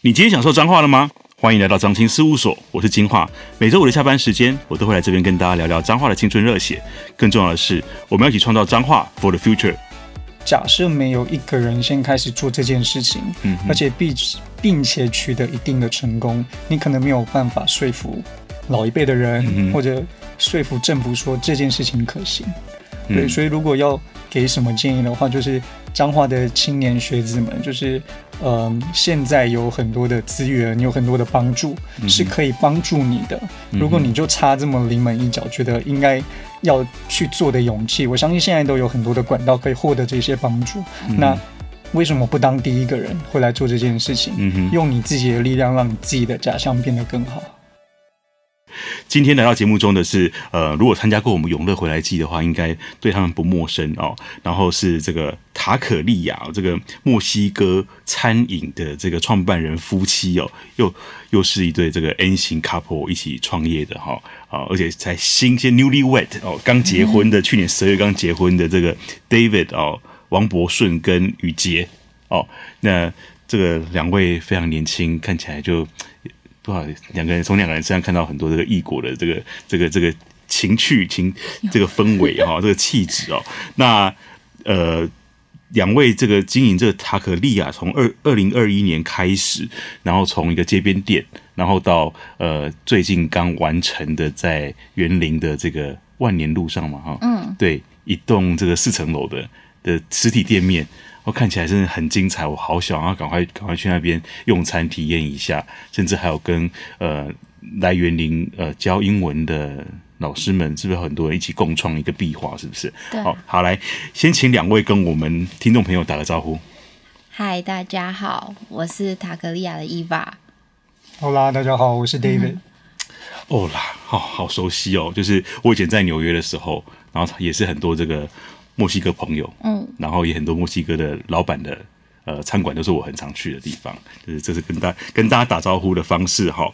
你今天享受彰化了吗？欢迎来到彰青事务所，我是金化。每周五的下班时间，我都会来这边跟大家聊聊彰化的青春热血。更重要的是，我们要一起创造彰化 for the future。 假设没有一个人先开始做这件事情，而且并且取得一定的成功，你可能没有办法说服老一辈的人，或者说服政府说这件事情可行。对，所以如果要给什么建议的话，就是彰化的青年学子们，就是现在有很多的资源，有很多的帮助，是可以帮助你的。如果你就差这么临门一脚，觉得应该要去做的勇气，我相信现在都有很多的管道可以获得这些帮助。那为什么不当第一个人会来做这件事情？用你自己的力量，让你自己的假象变得更好。 今天来到节目中的是，如果参加过我们永乐回来记的话，应该对他们不陌生哦。然后是这个塔可利亚，这个墨西哥餐饮的这个创办人夫妻哦，又是一对这个 N 型 couple 一起创业的哈，而且才新鲜 newlywed 哦，刚结婚的，去年12月刚结婚的这个 David 哦，王博顺跟宇杰哦，那这个两位非常年轻，看起来就。不好，从两个人身上看到很多这个异国的这个情这个氛围哈，这个气质哦。那两位这个经营这个塔可利亚，从2021年开始，然后从一个街边店，然后到最近刚完成的在员林的这个万年路上嘛哈，对，一栋这个4层楼的实体店面。看起来真的很精彩，我好想要赶快去那边用餐体验一下，甚至还有跟来园林教英文的老师们，是不是很多人一起共创一个壁画？是不是？ 对。 好，来先请两位跟我们听众朋友打个招呼。 嗨，大家好，我是塔可利亚的 Eva。 Hola， 大家好，我是 David。 好熟悉哦，就是我以前在纽约的时候，然后也是很多这个。墨西哥朋友，然后也很多墨西哥的老板的餐馆都是我很常去的地方，就是这是跟大家打招呼的方式哈。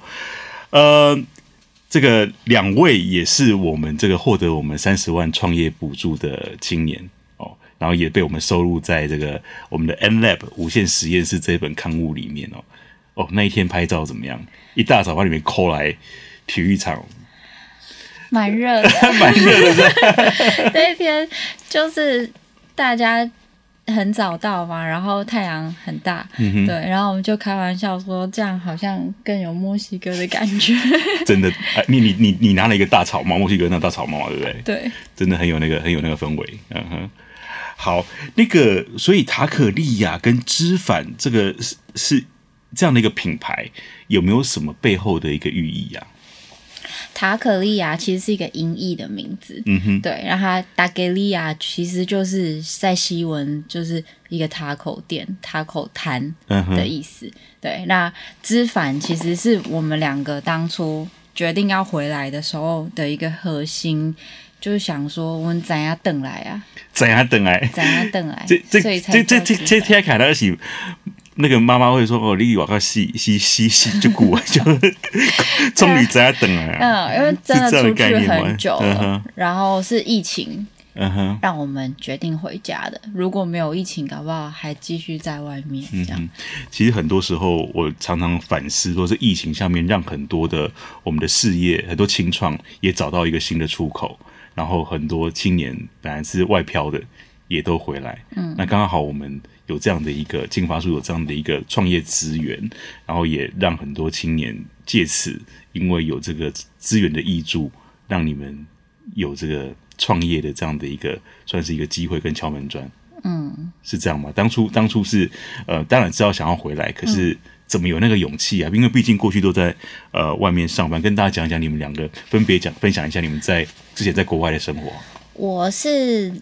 这个两位也是我们这个获得我们30万创业补助的青年哦，然后也被我们收录在这个我们的 NLab 无限实验室这本刊物里面哦。那一天拍照怎么样？一大早把你们call来体育场。 蛮热的， 蛮热的。 那一天就是大家很早到嘛，然后太阳很大，对，然后我们就开玩笑说，这样好像更有墨西哥的感觉。 真的，你拿了一个大草帽，墨西哥那大草帽，对不对？ 对， 真的很有那个氛围。好，那个，所以塔可利亚跟知反这个是这样的一个品牌，有没有什么背后的一个寓意啊？ 塔可利亚其实是一个音译的名字，对，然后它达给利亚其实就是在西文就是一个 taco 店、taco 摊的意思，对。那知反其实是我们两个当初决定要回来的时候的一个核心，就是想说我们怎样等来啊， 怎样等来， 所以才这听起来那是。那个妈妈会说：“哦，你我靠，吸就过，就终于在等了。” 因为真的出去很久了，然后是疫情，让我们决定回家的。如果没有疫情，搞不好还继续在外面这样。 其实很多时候，我常常反思，说是疫情下面让很多的我们的事业，很多青创也找到一个新的出口，然后很多青年本来是外漂的，也都回来。那刚刚好我们。有这样的一个经发处有这样的一个创业资源，然后也让很多青年借此，因为有这个资源的挹注，让你们有这个创业的这样的一个算是一个机会跟敲门砖，是这样吗？当初是当然知道想要回来，可是怎么有那个勇气啊？因为毕竟过去都在外面上班，跟大家讲讲你们两个分别分享一下你们之前在国外的生活。 我是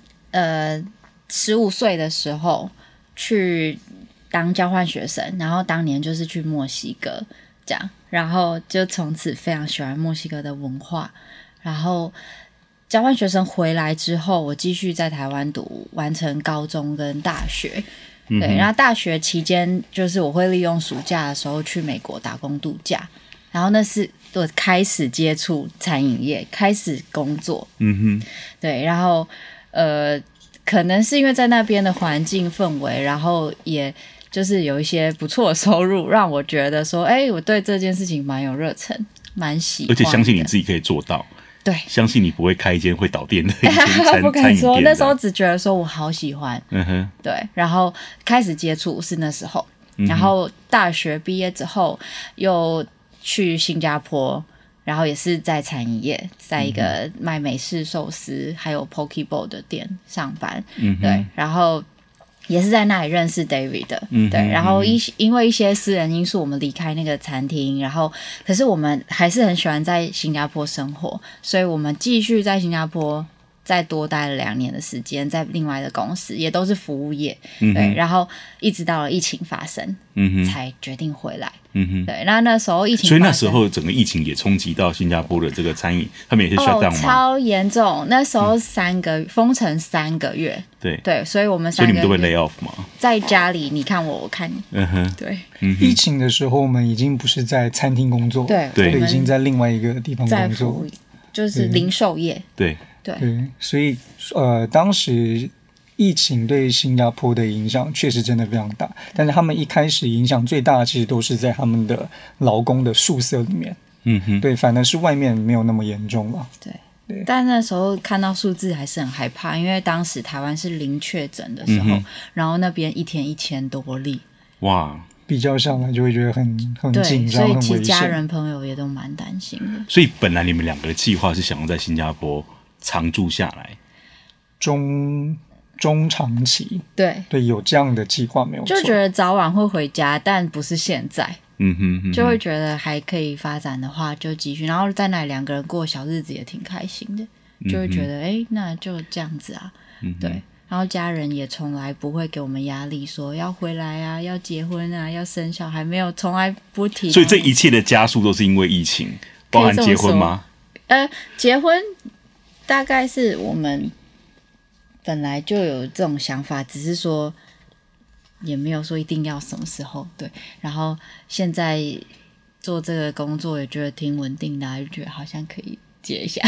15岁的时候。去当交换学生，然后当年就是去墨西哥这样，然后就从此非常喜欢墨西哥的文化。然后交换学生回来之后，我继续在台湾完成高中跟大学。对，然后大学期间就是我会利用暑假的时候去美国打工度假，然后那是我开始接触餐饮业，开始工作。对，然后可能是因为在那边的环境氛围，然后也就是有一些不错的收入，让我觉得说，我对这件事情蛮有热忱，蛮喜欢的， 而且相信你自己可以做到。 对， 相信你不会开一间会倒店的一间不敢说， 餐饮店。 那时候只觉得说我好喜欢，对，然后开始接触是那时候，然后大学毕业之后又去新加坡，然后也是在餐饮业，在一个卖美式寿司还有 Poke Bowl 的店上班，对，然后也是在那里认识 David 的，对，然后因为一些私人因素，我们离开那个餐厅，然后可是我们还是很喜欢在新加坡生活，所以我们继续在新加坡再多待了2年的时间，在另外的公司也都是服务业，对，然后一直到了疫情发生，才决定回来。对，那时候疫情发生， 所以那时候整个疫情也冲击到新加坡的这个餐饮，他们也是 shut down 吗？ 超严重，那时候封城3个月，对，所以我们3个月， 所以你们都会 lay off 吗？ 在家里，你看我，我看你，对， 疫情的时候，我们已经不是在餐厅工作， 对， 已经在另外一个地方工作， 就是零售业， 对， 所以当时疫情对新加坡的影响确实真的非常大，但是他们一开始影响最大的其实都是在他们的劳工的宿舍里面，对，反而是外面没有那么严重了， 对，但那时候看到数字还是很害怕，因为当时台湾是0确诊的时候，然后那边一天1000多例， 哇， 比较下来就会觉得很紧张， 所以其很危险， 实家人朋友也都蛮担心的。 所以本来你们2个的计划是想要在新加坡常住下来， 中长期，对，有这样的计划没有错， 就觉得早晚会回家，但不是现在。就会觉得还可以发展的话就继续，然后在那里2个人过小日子也挺开心的，就会觉得那就这样子啊，对。然后家人也从来不会给我们压力，说要回来啊，要结婚啊，要生小孩，没有，从来不提。 所以这一切的加速都是因为疫情，包含结婚吗？ 结婚大概是我们本来就有这种想法，只是说也没有说一定要什么时候，对。然后现在做这个工作也觉得挺稳定的，就觉得好像可以接一下。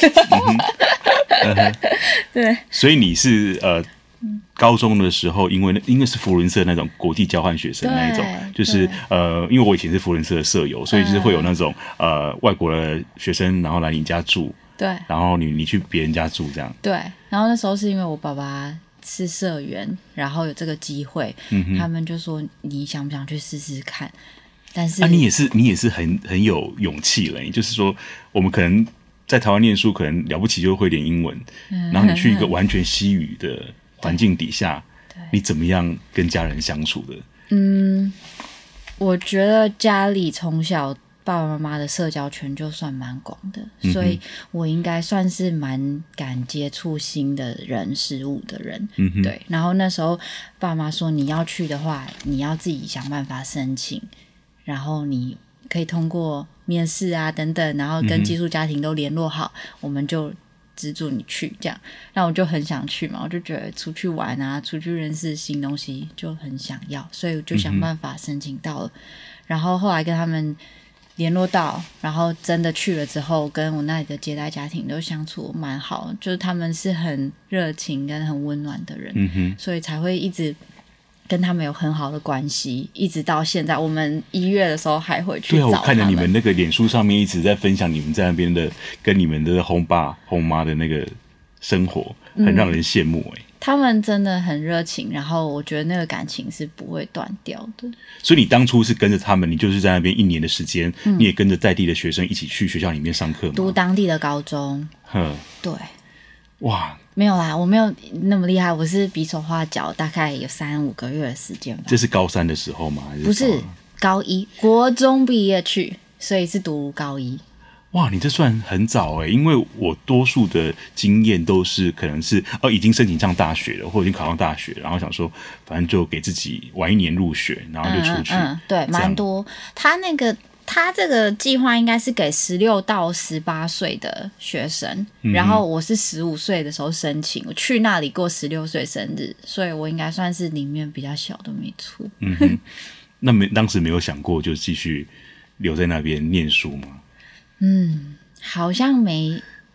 对。 所以你是高中的时候，因为是福伦社那种国际交换学生那一种，就是因为我以前是福伦社的舍友，所以就是会有那种外国的学生，然后来你家住， 对， 然后你去别人家住这样， 对。然后那时候是因为我爸爸是社员，然后有这个机会，他们就说你想不想去试试看？但是你也是很有勇气了，就是说我们可能在台湾念书，可能了不起就会点英文，然后你去一个完全西语的环境底下，你怎么样跟家人相处的？ 我觉得家里从小爸爸妈妈的社交圈就算蛮广的，所以我应该算是蛮敢接触新的人事物的人，对。然后那时候爸妈说你要去的话，你要自己想办法申请，然后你可以通过面试啊等等，然后跟寄宿家庭都联络好，我们就资助你去这样。那我就很想去嘛，我就觉得出去玩啊，出去认识新东西就很想要，所以我就想办法申请到了。然后后来跟他们联络到，然后真的去了之后，跟我那里的接待家庭都相处蛮好，就是他们是很热情跟很温暖的人，所以才会一直跟他们有很好的关系，一直到现在。我们1月的时候还回去找他们。 对啊，我看着你们那个脸书上面一直在分享你们在那边的跟你们的轰爸轰妈的那个生活，很让人羡慕他们真的很热情，然后我觉得那个感情是不会断掉的。 所以你当初是跟着他们，你就是在那边1年的时间，你也跟着在地的学生一起去学校里面上课吗？ 读当地的高中。对。 哇， 没有啦，我没有那么厉害，我是比手画脚，大概有3-5个月的时间吧。 这是高3的时候吗？还是不是高1，国中毕业去，所以是读高1。 哇，你这算很早因为我多数的经验都是可能是已经申请上大学了，或者已经考上大学，然后想说反正就给自己晚1年入学，然后就出去。 对，蛮多。他这个计划应该是给16到18岁的学生，然后我是15岁的时候申请，我去那里过16岁生日，所以我应该算是里面比较小的，没错。 那当时没有想过就继续留在那边念书吗？ 好像没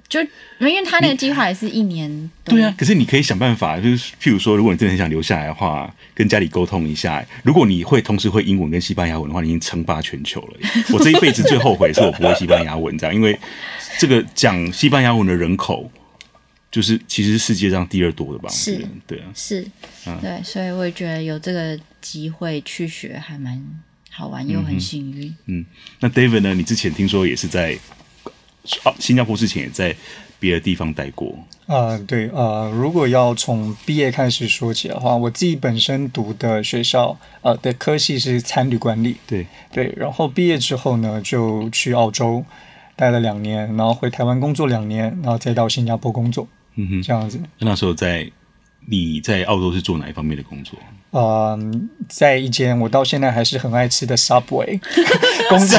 就因为他那个计划也是1年多。 对啊，可是你可以想办法，就是譬如说，如果你真的很想留下来的话，跟家里沟通一下。如果你同时会英文跟西班牙文的话，你已经称霸全球了。我这一辈子最后悔是我不会西班牙文，这样，因为这个讲西班牙文的人口，就是其实是世界上第2多的吧？ 是， 对啊， 是，对，所以我也觉得有这个机会去学还蛮好玩，又很幸运。 那 David 呢？你之前听说也是在新加坡之前也在别的地方待过。 对，如果要从毕业开始说起的话，我自己本身读的学校的科系是餐旅管理， 对， 然后毕业之后呢，就去澳洲待了2年，然后回台湾工作2年，然后再到新加坡工作，这样子。 那时候你在澳洲是做哪一方面的工作？ 在一间我到现在还是很爱吃的 Subway 工作。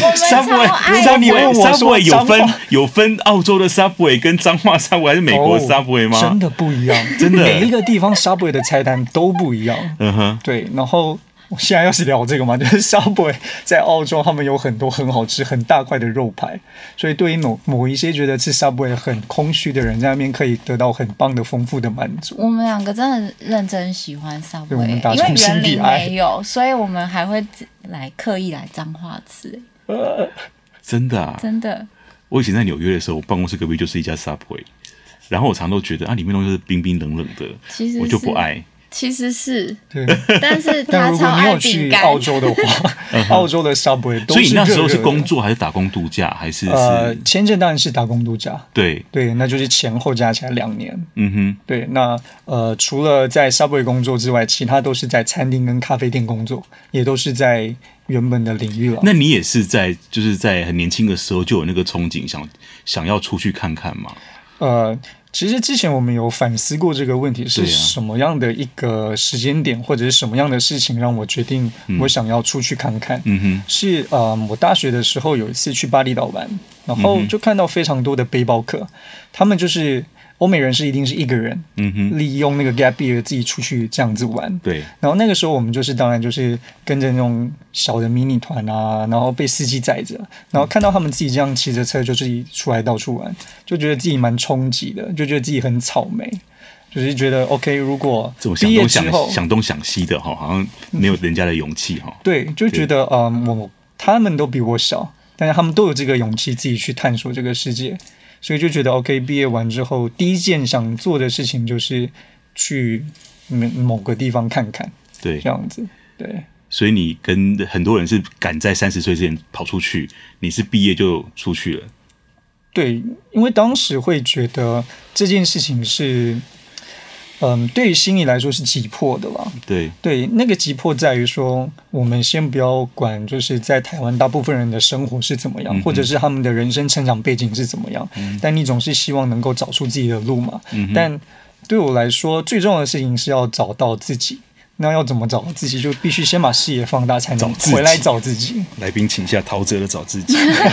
Subway， 你问我说 Subway 有分澳洲的 Subway 跟彰化 Subway 还是美国 Subway 吗？ 真的不一样， 真的， 每一个地方 Subway 的菜单都不一样。对，然后我现在要是聊这个嘛，就是 Subway 在澳洲他们有很多很好吃很大块的肉排，所以对于某一些觉得吃 Subway 很空虚的人，在那边可以得到很棒的丰富的满足。 我们2个真的认真喜欢 Subway， 我们打因为从心园林底爱没有，所以我们还会刻意来彰化吃。 真的啊， 真的。 我以前在纽约的时候，我办公室隔壁就是一家 Subway， 然后我常都觉得里面东西是冰冰冷冷的， 其实我就不爱。 其实是， 对， 但是他如果你有去澳洲的话，澳洲的 Subway 都是热热的。 所以你那时候是工作还是打工度假，还是签证当然是打工度假。 对， 那就是前后加起来2年。对，那除了在 Subway 工作之外，其他都是在餐厅跟咖啡店工作，也都是在原本的领域了。 那你也是就是在很年轻的时候就有那个憧憬，想要出去看看吗？ 其实之前我们有反思过这个问题，是什么样的一个时间点，或者是什么样的事情让我决定我想要出去看看。是我大学的时候有一次去巴厘岛玩，然后就看到非常多的背包客，他们就是欧美人士一定是一个人，利用那个 gap year 自己出去这样子玩。 对， 然后那个时候我们当然就是跟着那种小的迷你团啊，然后被司机载着，然后看到他们自己这样骑着车就自己出来到处玩，就觉得自己蛮冲击的，就觉得自己很草莓，就是觉得 OK， 如果毕业之后想东想西的好像没有人家的勇气对，就觉得他们都比我小，但是他们都有这个勇气自己去探索这个世界。所以就觉得 OK， 毕业完之后第一件想做的事情就是去某个地方看看， 对， 这样子，对。 所以你跟很多人是赶在30岁之前跑出去，你是毕业就出去了。 对，因为当时会觉得这件事情是，对于心理来说是急迫的啦。对，那个急迫在于说，我们先不要管，就是在台湾大部分人的生活是怎么样，或者是他们的人生成长背景是怎么样，但你总是希望能够找出自己的路嘛。但对我来说，最重要的事情是要找到自己。那要怎么找自己，就必须先把视野放大，才能回来找自己。 来宾请下陶喆的找自己。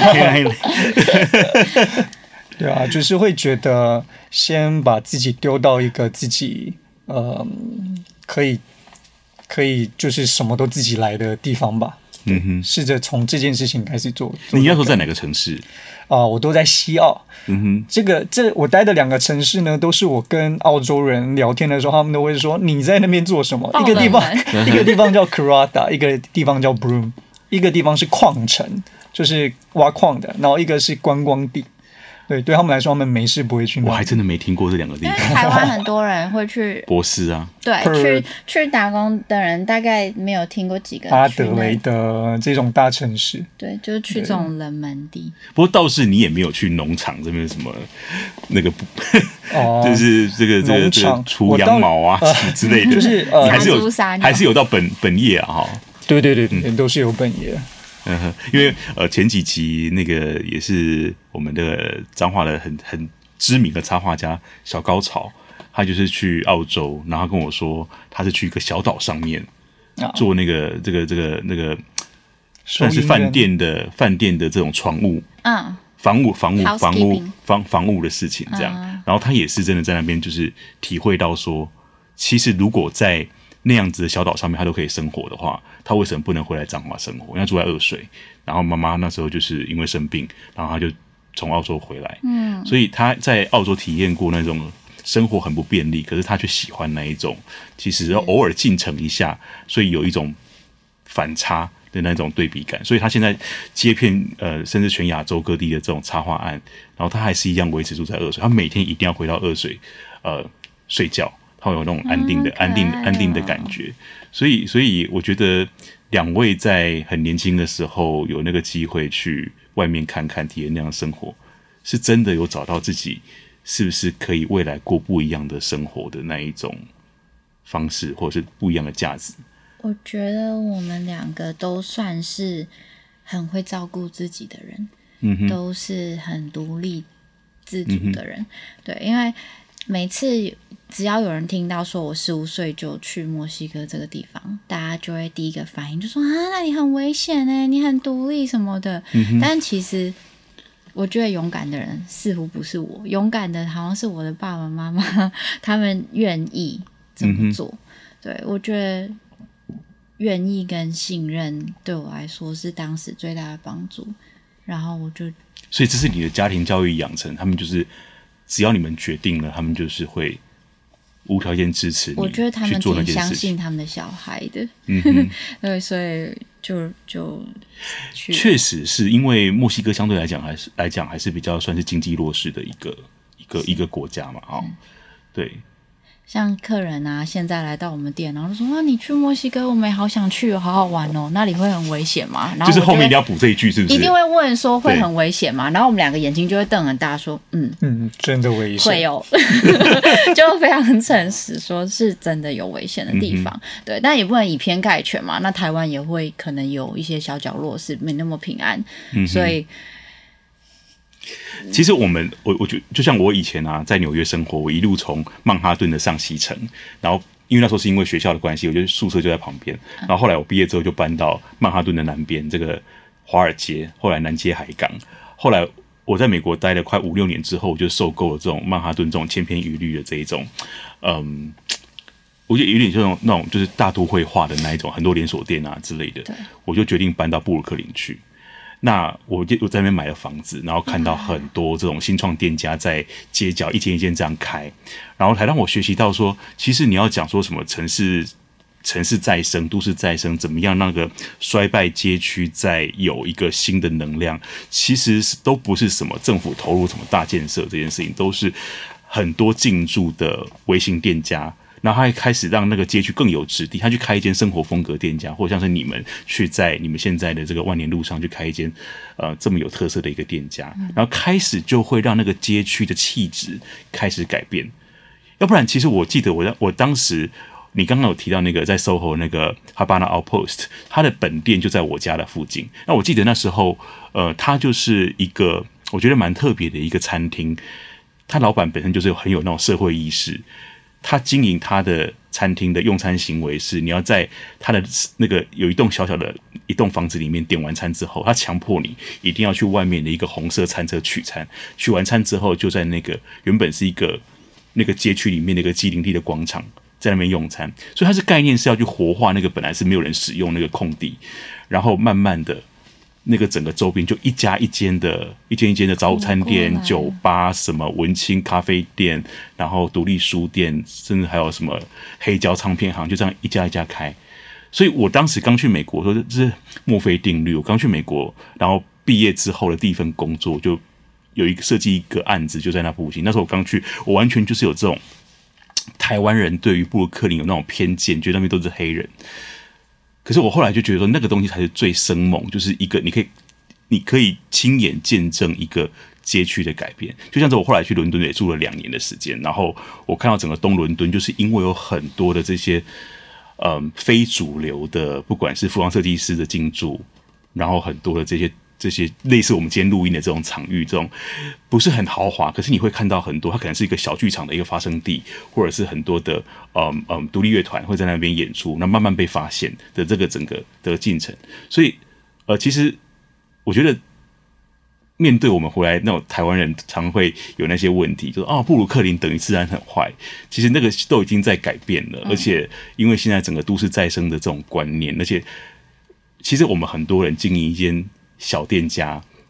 对啊，就是会觉得先把自己丢到一个自己可以就是什么都自己来的地方吧。试着从这件事情开始做。 你那时候在哪个城市？ 我都在西澳。我待的2个城市呢，都是我跟澳洲人聊天的时候，他们都会说你在那边做什么？一个地方叫 Karratha， 一个地方叫 Broome， 一个地方是矿城，就是挖矿的，然后一个是观光地。对他们来说，他们没事不会去那。 我还真的没听过这2个地方。 台湾很多人会去博斯啊， 对，去打工的人大概没有听过几个。 阿德雷德这种大城市， 对，就是去这种冷门地。 不过倒是你也没有去农场这边什么那个，就是这个除羊毛啊什么之类的， 就是还是有到本业啊哈。 对，都是有本业。 因为前几集那个也是我们的彰化的很知名的插画家小高潮，他就是去澳洲，然后他跟我说他是去一个小岛上面做那个那个算是饭店的这种房务的事情这样，然后他也是真的在那边就是体会到说，其实如果在那样子的小岛上面他都可以生活的话，他为什么不能回来彰化生活？因为他住在2水，然后妈妈那时候就是因为生病，然后他就从澳洲回来，所以他在澳洲体验过那种生活很不便利，可是他却喜欢那一种，其实要偶尔进城一下，所以有一种反差的那种对比感，所以他现在接片甚至全亚洲各地的这种插画案，然后他还是一样维持住在2水，他每天一定要回到2水睡觉，他会有那种安定的感觉，所以我觉得2位在很年轻的时候有那个机会去外面看看体验那样的生活，是真的有找到自己是不是可以未来过不一样的生活的那一种方式，或者是不一样的价值。 我觉得我们2个都算是很会照顾自己的人，都是很独立自主的人，对，因为每次只要有人听到说我15岁就去墨西哥这个地方，大家就会第一个反应就说啊，那你很危险欸，你很独立什么的，但其实我觉得勇敢的人似乎不是我，勇敢的好像是我的爸爸妈妈，他们愿意这么做，对，我觉得愿意跟信任对我来说是当时最大的帮助，然后所以这是你的家庭教育养成，他们就是只要你们决定了，他们就是会无条件支持你。 我觉得他们挺相信他们的小孩的，对，所以就确实是因为墨西哥相对来讲还是比较算是经济弱势的一个国家嘛，对。 像客人啊，现在来到我们店，然后就说：“你去墨西哥，我们也好想去，好好玩哦，那里会很危险吗？”然后就是后面一定要补这一句，是不是？ 一定会问说会很危险吗？然后我们2个眼睛就会瞪很大，说：“ 真的危险， 会哦。”就非常诚实，说是真的有危险的地方，对，但也不能以偏概全嘛。那台湾也会可能有一些小角落是没那么平安，所以。 其实我觉得就像我以前啊，在纽约生活，我一路从曼哈顿的上西城，然后因为那时候是因为学校的关系，我觉得宿舍就在旁边。然后后来我毕业之后就搬到曼哈顿的南边，这个华尔街，后来南街海港。后来我在美国待了快5-6年之后，我就受够了这种曼哈顿这种千篇一律的这一种，我觉得有点像那种就是大都会化的那一种，很多连锁店啊之类的。我就决定搬到布鲁克林去。那我在那边买了房子，然后看到很多这种新创店家在街角一间一间这样开，然后才让我学习到说，其实你要讲说什么城市再生、都市再生，怎么样那个衰败街区再有一个新的能量，其实都不是什么政府投入什么大建设这件事情，都是很多进驻的微型店家。然后他开始让那个街区更有质地，他去开一间生活风格店家，或者像是你们去在你们现在的这个万年路上去开一间这么有特色的一个店家，然后开始就会让那个街区的气质开始改变。要不然，其实我记得我当时你刚刚有提到那个在 SOHO 那个 Habana Outpost， 它的本店就在我家的附近。那我记得那时候它就是一个我觉得蛮特别的一个餐厅，他老板本身就是很有那种社会意识。他经营他的餐厅的用餐行为是，你要在他的那个有一栋小小的一栋房子里面点完餐之后，他强迫你一定要去外面的一个红色餐车取餐，取完餐之后就在那个原本是一个那个街区里面的一个基林地的广场在那边用餐，所以它是概念是要去活化那个本来是没有人使用那个空地，然后慢慢的。那个整个周边就一间一间的早午餐店、酒吧、什么文青咖啡店，然后独立书店，甚至还有什么黑胶唱片行，就这样一家一家开。所以我当时刚去美国，说这是墨菲定律。我刚去美国，然后毕业之后的第一份工作就有一个设计一个案子，就在那附近。那时候我刚去，我完全就是有这种台湾人对于布鲁克林有那种偏见，觉得那边都是黑人。可是我后来就觉得说，那个东西才是最生猛，就是一个你可以亲眼见证一个街区的改变。就像是我后来去伦敦也住了2年的时间，然后我看到整个东伦敦，就是因为有很多的这些非主流的，不管是服装设计师的进驻，然后很多的这些类似我们今天录音的这种场域，这种不是很豪华，可是你会看到很多，它可能是一个小剧场的一个发生地，或者是很多的独立乐团会在那边演出，那慢慢被发现的这个整个的进程。所以其实我觉得面对我们回来那种台湾人常会有那些问题，就是布鲁克林等于治安很坏，其实那个都已经在改变了，而且因为现在整个都市再生的这种观念，而且其实我们很多人经营一间小店家，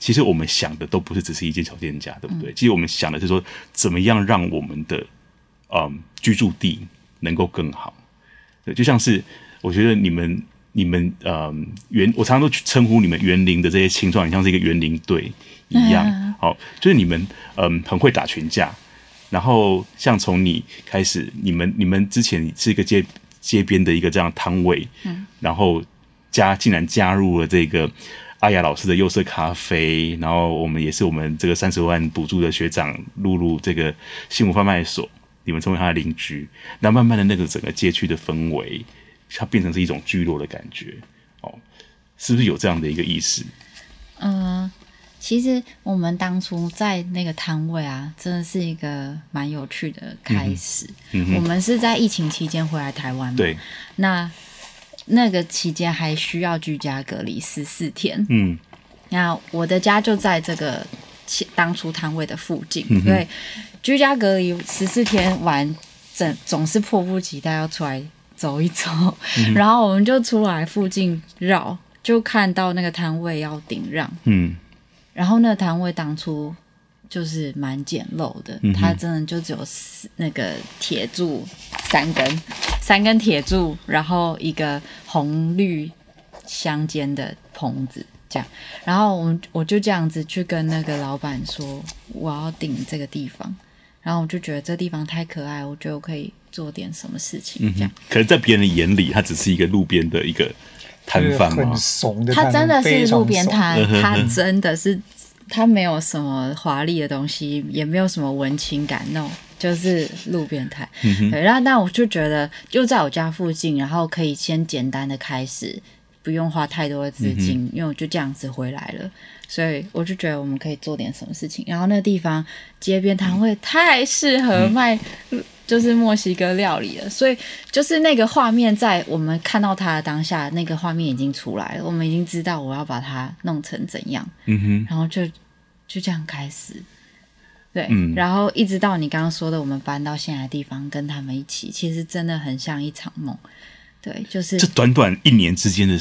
其实我们想的都不是只是一间小店家，对不对？其实我们想的是说，怎么样让我们的居住地能够更好。对，就像是我觉得你们我常常都称呼你们园林的这些青壮年像是一个园林队一样。好，就是你们很会打群架，然后像从你开始，你们之前是一个街边的一个这样摊位，然后竟然加入了这个阿雅老师的釉色咖啡，然后我们也是我们这个30万补助的学长露露这个幸福贩卖所，你们成为他的邻居，那慢慢的那个整个街区的氛围，它变成是一种聚落的感觉，是不是有这样的一个意思？ 其实我们当初在那个摊位啊，真的是一个蛮有趣的开始。我们是在疫情期间回来台湾嘛， 对， 那个期间还需要居家隔离14天。那我的家就在这个当初摊位的附近，所以居家隔离14天完，总是迫不及待要出来走一走。然后我们就出来附近绕，就看到那个摊位要顶让。然后那个摊位当初就是蛮简陋的，它真的就只有那个铁柱三根铁柱，然后一个红绿相间的棚子这样。然后我就这样子去跟那个老板说，我要顶这个地方。然后我就觉得这地方太可爱，我觉得我可以做点什么事情这样。 可是在别人的眼里，它只是一个路边的一个摊贩吗？ 很怂的摊， 它真的是路边摊，它真的是，它没有什么华丽的东西，也没有什么文青感，那种就是路边摊。对，然后但我就觉得就在我家附近，然后可以先简单的开始，不用花太多的资金，因为我就这样子回来了，所以我就觉得我们可以做点什么事情。然后那个地方街边摊位太适合卖就是墨西哥料理了，所以就是那个画面在我们看到它的当下，那个画面已经出来了，我们已经知道我要把它弄成怎样。然后就这样开始。对，然后一直到你刚刚说的，我们搬到现在的地方，跟他们一起，其实真的很像一场梦。对，就是这短短1年之间的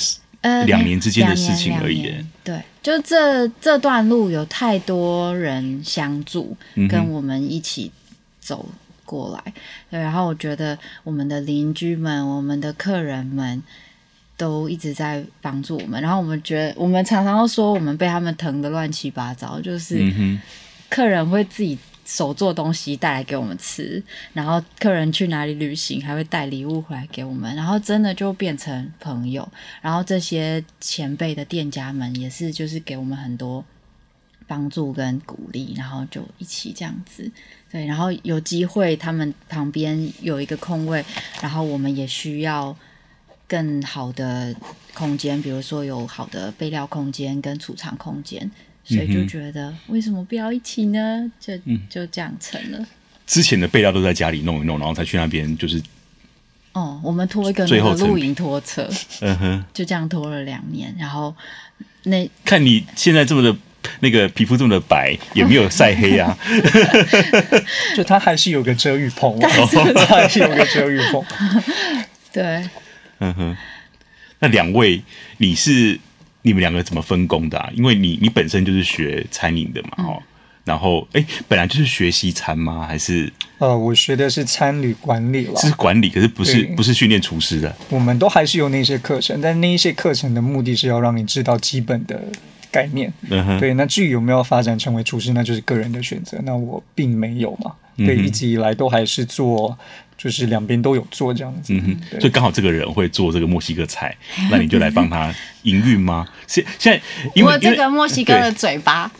2年之间的事情而已。 对，就这段路有太多人相助，跟我们一起走过来。对，然后我觉得我们的邻居们、我们的客人们都一直在帮助我们。然后我们常常都说我们被他们疼得乱七八糟，就是客人会自己手做东西带来给我们吃，然后客人去哪里旅行还会带礼物回来给我们，然后真的就变成朋友。然后这些前辈的店家们也是就是给我们很多帮助跟鼓励，然后就一起这样子。对，然后有机会他们旁边有一个空位，然后我们也需要更好的空间，比如说有好的备料空间跟储藏空间，所以就觉得为什么不要一起呢？就这样成了。之前的备料都在家里弄一弄，然后才去那边就是。 我们拖一个那个露营拖车，就这样拖了2年，然后看你现在这么的那个皮肤这么的白，也没有晒黑啊。 就它还是有个遮雨棚，它还是有个遮雨棚。 对， 那2位，你们2个怎么分工的啊？因为你本身就是学餐饮的嘛，然后本来就是学西餐吗？还是？ 我学的是餐旅管理了， 是管理，可是不是训练厨师的。 我们都还是有那些课程，但那一些课程的目的是要让你知道基本的概念。对，那至于有没有发展成为厨师，那就是个人的选择。那我并没有嘛。对，一直以来都还是做，就是2边都有做这样子。 所以刚好这个人会做这个墨西哥菜，那你就来帮他营运吗？现在我这个墨西哥的嘴巴。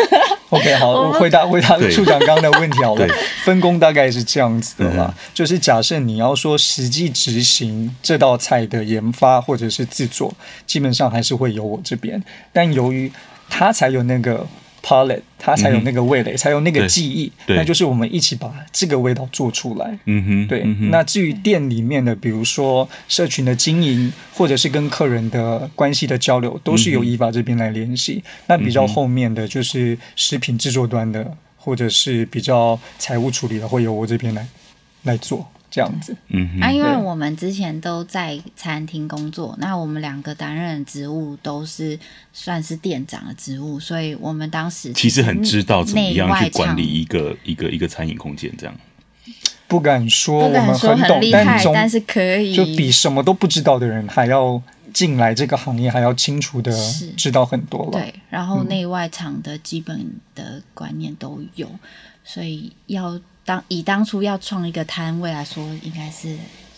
OK， 好，我回答处长刚刚的问题好了。分工大概是这样子的啦，就是假设你要说实际执行这道菜的研发或者是制作，基本上还是会由我这边，但由于他才有那个palate， 它才有那个味蕾，才有那个记忆，那就是我们一起把这个味道做出来。对。那至于店里面的，比如说社群的经营，或者是跟客人的关系的交流，都是由伊娃这边来联系。那比较后面的就是食品制作端的，或者是比较财务处理的，会由我这边来做。 这样子。 因为我们之前都在餐厅工作，那我们2个担任的职务都是算是店长的职务，所以我们当时其实很知道怎么样去管理一个餐饮空间这样。 不敢说我们很懂， 厉害，但是可以就比什么都不知道的人还要进来这个行业，还要清楚的知道很多了。 对，然后内外场的基本的观念都有，所以以当初要创一个摊位来说，应该是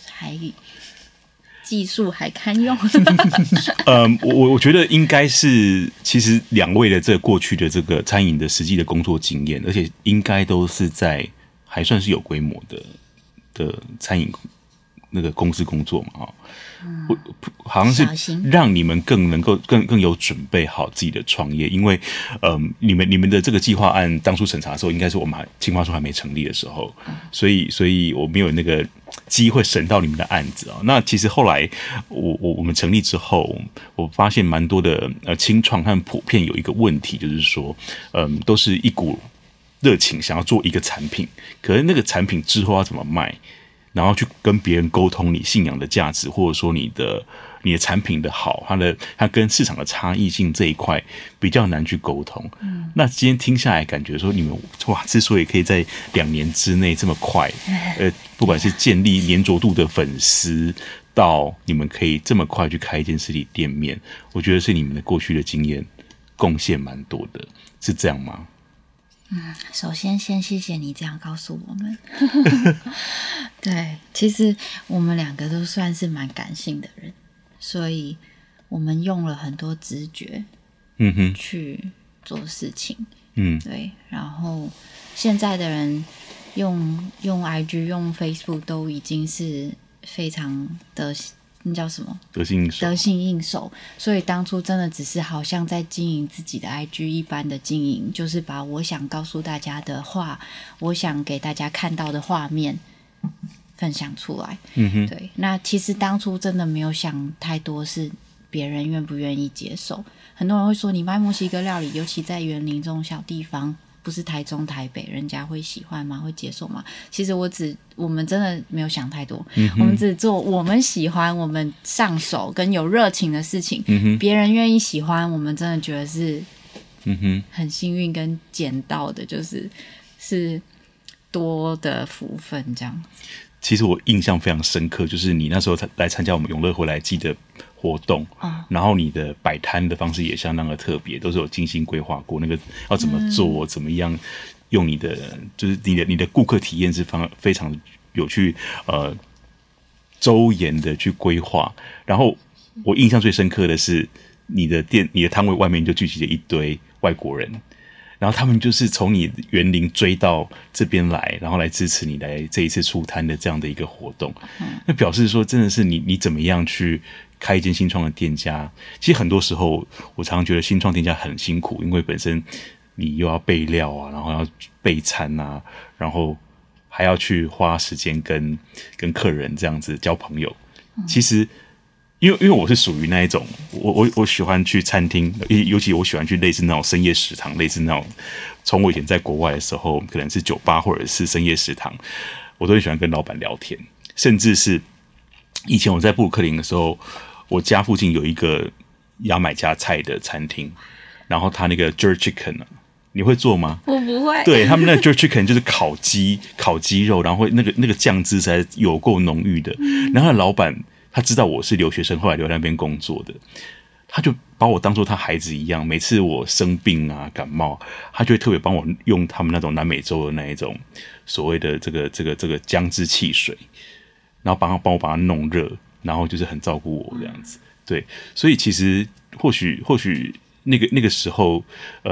技术还堪用。 我觉得应该是，其实2位的这过去的这个餐饮的实际的工作经验，而且应该都是在还算是有规模的餐饮那个公司工作嘛，我好像是让你们更能够更有准备好自己的创业，因为你们的这个计划案当初审查的时候，应该是我们青花处还没成立的时候，所以我没有那个机会审到你们的案子啊。那其实后来我们成立之后，我发现蛮多的青创和普遍有一个问题，就是说都是一股热情想要做一个产品，可是那个产品之后要怎么卖，然后去跟别人沟通你信仰的价值，或者说你的产品的好，它跟市场的差异性这一块比较难去沟通。那今天听下来，感觉说你们之所以可以在2年之内这么快，不管是建立黏着度的粉丝，到你们可以这么快去开一间实体店面，我觉得是你们的过去的经验贡献蛮多的，是这样吗？ 首先谢谢你这样告诉我们。对，其实我们2个都算是蛮感性的人，所以我们用了很多直觉去做事情。对，然后现在的人用 IG 用 Facebook 都已经是非常的那叫什么？得心应手。所以当初真的只是好像在经营自己的 IG 一般的经营，就是把我想告诉大家的话，我想给大家看到的画面分享出来。对。那其实当初真的没有想太多是别人愿不愿意接受。很多人会说你卖墨西哥料理，尤其在园林这种小地方，不是台中台北，人家会喜欢吗？会接受吗？其实我们真的没有想太多，我们只做我们喜欢，我们上手跟有热情的事情，别人愿意喜欢，我们真的觉得是很幸运跟捡到的，是多的福分这样。 其实我印象非常深刻，就是你那时候来参加我们永乐回来记的活动，然后你的摆摊的方式也相当的特别，都是有精心规划过，那个要怎么做，怎么样用你的，就是你的顾客体验是非常有去周延的去规划。然后我印象最深刻的是你的摊位外面就聚集了一堆外国人。然后他们就是从你园林追到这边来，然后来支持你来这一次出摊的这样的一个活动。那表示说真的是你怎么样去开一间新创的店家。其实很多时候我常常觉得新创店家很辛苦，因为本身你又要备料啊，然后要备餐啊，然后还要去花时间跟客人这样子交朋友。其实因为我是属于那一种，我喜欢去餐厅，尤其我喜欢去类似那种深夜食堂，类似那种从我以前在国外的时候，可能是酒吧或者是深夜食堂，我都很喜欢跟老板聊天。甚至是以前我在布鲁克林的时候，我家附近有一个牙买加菜的餐厅，然后他那个 jerk chicken 你会做吗？ 我不会。 对，他们那个 jerk chicken 就是烤鸡肉，然后那个酱汁才有够浓郁的。然后老板他知道我是留学生，后来留在那边工作的，他就把我当作他孩子一样。每次我生病啊、感冒，他就会特别帮我用他们那种南美洲的那一种所谓的这个姜汁汽水，然后帮我把它弄热，然后就是很照顾我这样子。对，所以其实或许那个时候，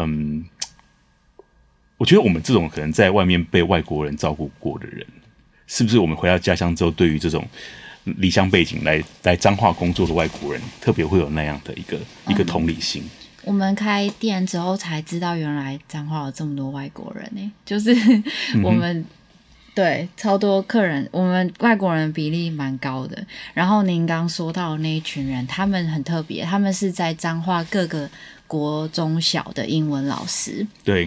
我觉得我们这种可能在外面被外国人照顾过的人，是不是我们回到家乡之后，对于这种离乡背景来彰化工作的外国人，特别会有那样的一个同理心。 我们开店之后才知道，原来彰化有这么多外国人呢，就是我们、对超多客人，我们外国人比例蛮高的。然后您刚说到的那一群人，他们很特别，他们是在彰化各个国中小的英文老师。 对。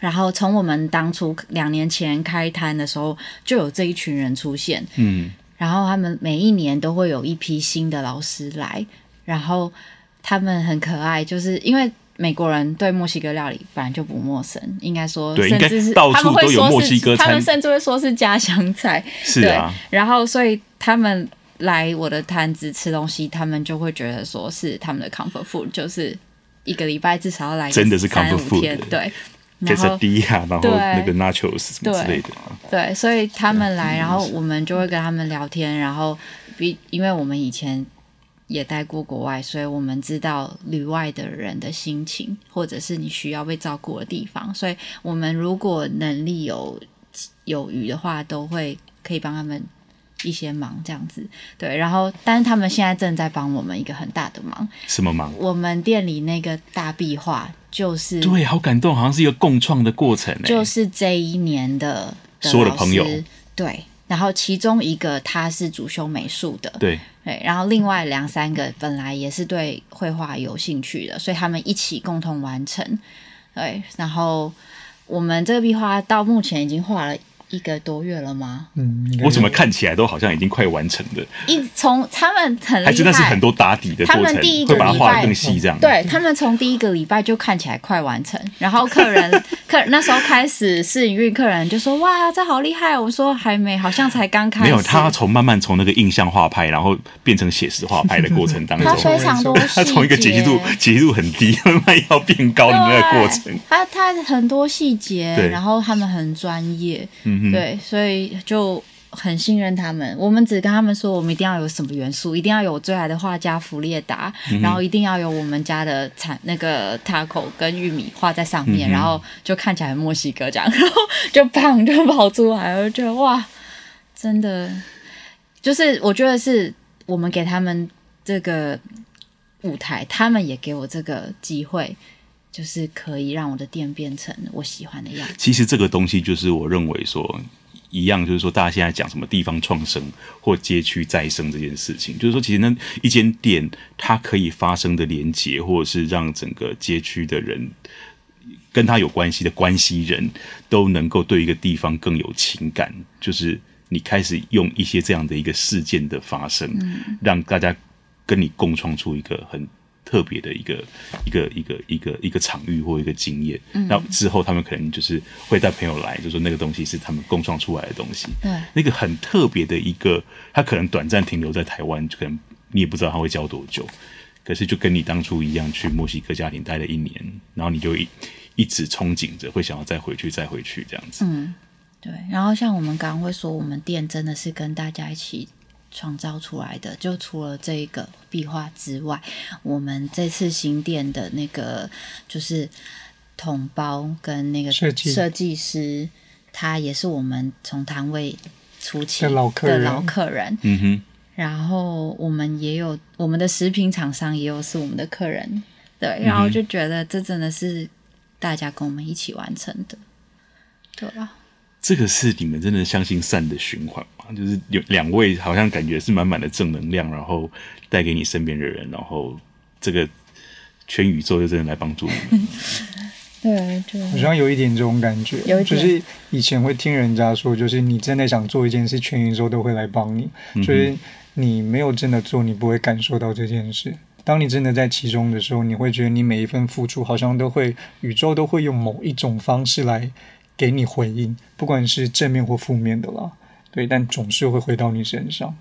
然后从我们当初2年前开摊的时候，就有这一群人出现。然后他们每一年都会有一批新的老师来，然后他们很可爱，就是因为美国人对墨西哥料理本来就不陌生，应该说， 对， 甚至是应该到处都有墨西哥餐， 他们甚至会说是家乡菜。 是啊， 然后所以他们来我的摊子吃东西，他们就会觉得说是他们的 comfort food， 就是一个礼拜至少要来真的是 comfort 3-5天， food， 对。 quesadilla， 然后那个 nachos 什么之类的。 对，所以他们来，然后我们就会跟他们聊天，然后因为我们以前也待过国外，所以我们知道旅外的人的心情，或者是你需要被照顾的地方，所以我们如果能力有余的话，都会可以帮他们一些忙这样子。对，然后但是他们现在正在帮我们一个很大的忙。 什么忙？ 我们店里那个大壁画就是对，好感动，好像是一个共创的过程， 就是这一年的所有的朋友， 对，然后其中一个他是主修美术的， 对， 然后另外2-3个本来也是对绘画有兴趣的，所以他们一起共同完成。对，然后我们这个壁画到目前已经画了1个多月了吗？ 我怎么看起来都好像已经快完成了。 从他们很厉害， 还真的是很多打底的过程， 他们第一个会把它画得更细，这样。 对，他们从第1个礼拜就看起来快完成，然后客人那时候开始试营运，客人就说：“哇，这好厉害！”我说：“还没，好像才刚开始。” 没有，他慢慢从那个印象画派，然后变成写实画派的过程当中， 他非常多细节， 他从一个解析度很低，慢慢要变高的那个过程。 他很多细节，然后他们很专业，对，所以就很信任他们。我们只跟他们说，我们一定要有什么元素，一定要有我最爱的画家弗列达，然后一定要有我们家的那个 taco 跟玉米画在上面，然后就看起来很墨西哥这样，然后就砰就跑出来，我就觉得哇，真的就是我觉得是我们给他们这个舞台，他们也给我这个机会。就是可以让我的店变成我喜欢的样子。 其实这个东西就是我认为说一样，就是说大家现在讲什么地方创生或街区再生这件事情，就是说其实那一间店它可以发生的连结，或者是让整个街区的人跟他有关系的关系人都能够对一个地方更有情感，就是你开始用一些这样的一个事件的发生，让大家跟你共创出一个很特别的一个场域或一个经验，那之后他们可能就是会带朋友来，就说那个东西是他们共创出来的东西， 对， 那个很特别的一个，他可能短暂停留在台湾，可能你也不知道他会教多久，可是就跟你当初一样去墨西哥家庭待了1年，然后你就一直憧憬着会想要再回去这样子， 对。然后像我们刚刚会说，我们店真的是跟大家一起创造出来的，就除了这个壁画之外，我们这次新店的那个就是统包跟那个设计师，他也是我们从摊位初期的老客人，然后我们也有我们的食品厂商也有是我们的客人，对，然后就觉得这真的是大家跟我们一起完成的，对吧？ 这个是你们真的相信善的循环吗？就是有2位好像感觉是满满的正能量，然后带给你身边的人，然后这个全宇宙就真的来帮助你们。 对，好像有一点这种感觉，就是以前会听人家说，就是你真的想做一件事，全宇宙都会来帮你。就是你没有真的做，你不会感受到这件事。当你真的在其中的时候，你会觉得你每一份付出，好像宇宙都会用某一种方式来给你回应，不管是正面或负面的啦，对，但总是会回到你身上。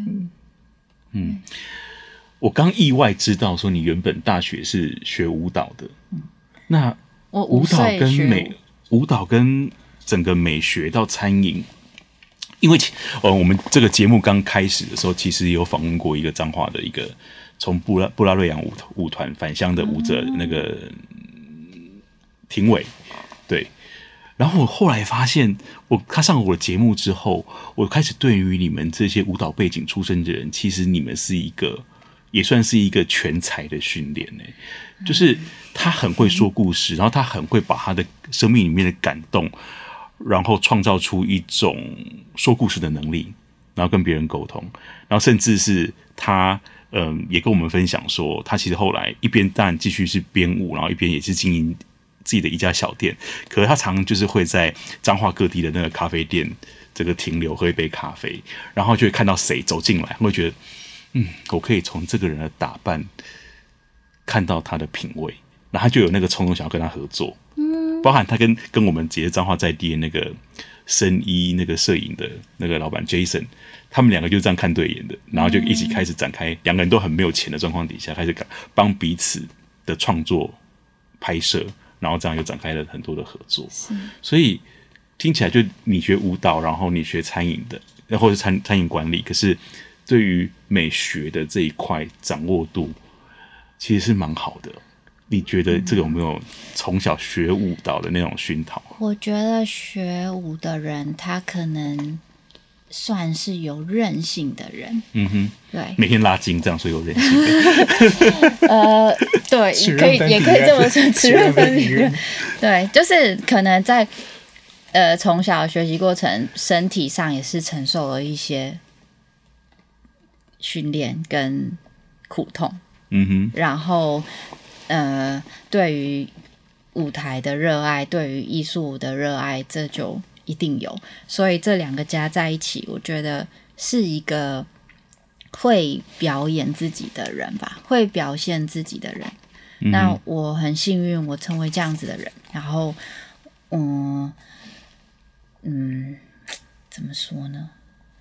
我刚意外知道说你原本大学是学舞蹈的，那我舞蹈跟整个美学到餐饮，因为我们这个节目刚开始的时候，其实有访问过一个彰化的一个从布拉瑞扬舞团返乡的舞者，那个庭伟，对。然后我后来发现，他上了我的节目之后，我开始对于你们这些舞蹈背景出身的人，其实你们是也算是一个全才的训练呢。就是他很会说故事，然后他很会把他的生命里面的感动，然后创造出一种说故事的能力，然后跟别人沟通，然后甚至是他也跟我们分享说，他其实后来一边当然继续是编舞，然后一边也是经营自己的一家小店，可是他常就是会在彰化各地的那个咖啡店这个停留喝一杯咖啡，然后就会看到谁走进来，会觉得我可以从这个人的打扮看到他的品味，然后他就有那个冲动想要跟他合作。包含他跟我们直接彰化在地的那个生医那个摄影的那个老板 Jason， 他们两个就这样看对眼的，然后就一起开始展开，两个人都很没有钱的状况底下，开始帮彼此的创作拍摄，然后这样又展开了很多的合作。所以听起来就你学舞蹈，然后你学餐饮的，或者餐饮管理，可是对于美学的这一块掌握度其实是蛮好的。你觉得这个有没有从小学舞蹈的那种熏陶？ 我觉得学舞的人，他可能算是有韧性的人。对， 每天拉筋这样，所以有韧性的。 对，也可以这么说，齿颚分离人。对，就是可能在从小学习过程，身体上也是承受了一些训练跟苦痛。然后对于舞台的热爱，对于艺术的热爱，这就一定有。所以这两个加在一起，我觉得是一个会表演自己的人吧，会表现自己的人。那我很幸运，我成为这样子的人。然后，怎么说呢？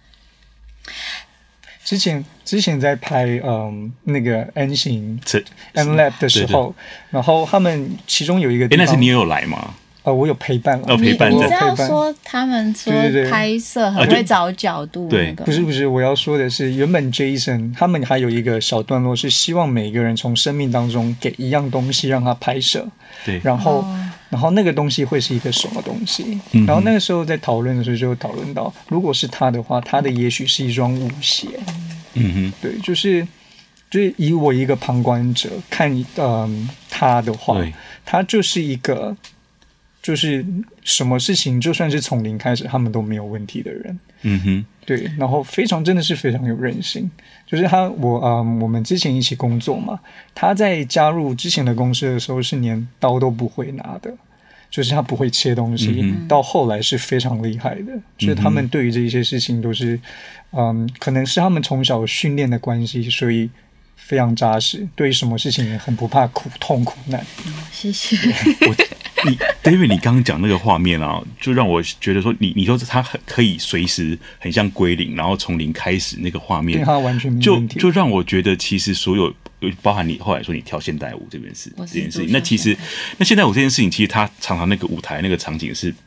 之前在拍那个 N 型 N Lab 的时候，然后他们其中有一个地方， 那是你也有来吗？ 我有陪伴了。 陪伴你是要说他们说拍摄很会找角度那个？ 不是，我要说的是，原本 Jason 他们还有一个小段落是希望每个人从生命当中给一样东西让他拍摄， 对， 然后那个东西会是一个什么东西？然后那个时候在讨论的时候就讨论到，如果是他的话，他的也许是一双舞鞋。对，就是以我一个旁观者看他的话，他就是一个就是什么事情就算是从零开始他们都没有问题的人。对，然后真的是非常有韧性。就是我们之前一起工作嘛，他在加入之前的公司的时候是连刀都不会拿的，就是他不会切东西，到后来是非常厉害的。就是他们对于这一些事情都是可能是他们从小训练的关系，所以非常扎实，对于什么事情也很不怕苦难。 谢谢。 David 你刚刚讲那个画面啊，就让我觉得说你说他可以随时很像归零，然后从零开始那个画面， 对他完全没问题， 就让我觉得其实所有包含你后来说你跳现代舞这件事情，那其实那现代舞这件事情，其实它常常那个舞台那个场景是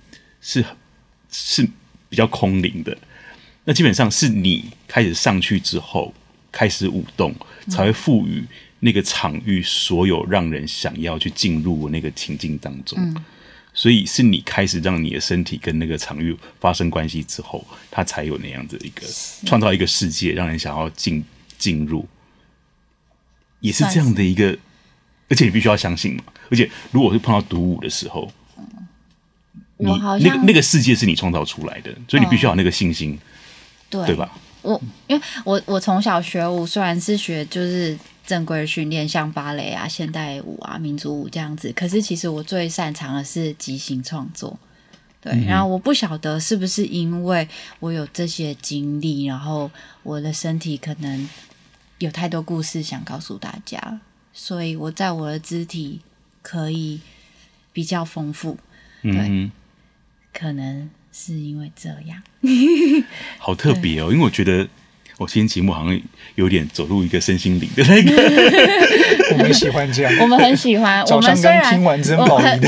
比较空灵的，那基本上是你开始上去之后开始舞动，才会赋予那个场域所有让人想要去进入那个情境当中。所以是你开始让你的身体跟那个场域发生关系之后，它才有那样的一个创造一个世界，让人想要进入，也是这样的一个，而且你必须要相信嘛。而且如果是碰到独舞的时候，你那个世界是你创造出来的，所以你必须要有那个信心，对吧？ 因为我从小学舞，虽然是学就是正规训练，像芭蕾啊、现代舞啊、民族舞这样子，可是其实我最擅长的是即兴创作。对，然后我不晓得是不是因为我有这些经历，然后我的身体可能有太多故事想告诉大家，所以我在我的肢体可以比较丰富。对，可能是因为这样。 好特别哦，因为我觉得我今天节目好像有点走入一个身心灵的那个。 我们喜欢这样， 我们很喜欢。 早上刚听完真饱的，